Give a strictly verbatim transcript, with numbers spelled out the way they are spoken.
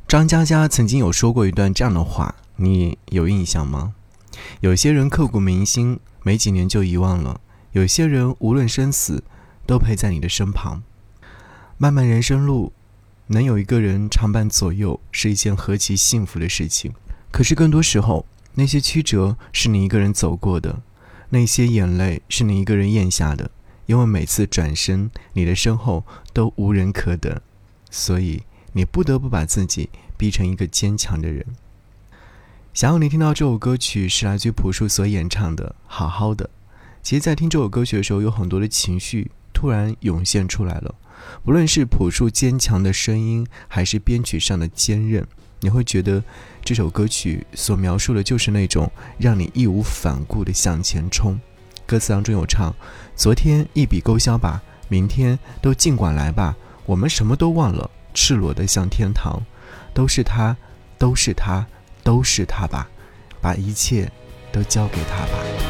张嘉佳曾经有说过一段这样的话，你有印象吗？有些人刻骨铭心，没几年就遗忘了；有些人无论生死，都陪在你的身旁。漫漫人生路，能有一个人常伴左右，是一件何其幸福的事情。可是更多时候，那些曲折是你一个人走过的，那些眼泪是你一个人咽下的，因为每次转身，你的身后都无人可等，所以你不得不把自己逼成一个坚强的人。想要你听到这首歌曲是来自于朴树所演唱的《好好的》。其实在听这首歌曲的时候，有很多的情绪突然涌现出来了，不论是朴树坚强的声音，还是编曲上的坚韧，你会觉得这首歌曲所描述的就是那种让你义无反顾地向前冲。歌词当中有唱，昨天一笔勾销吧，明天都尽管来吧，我们什么都忘了，赤裸的向天堂，都是他，都是他，都是他吧，把一切都交给他吧。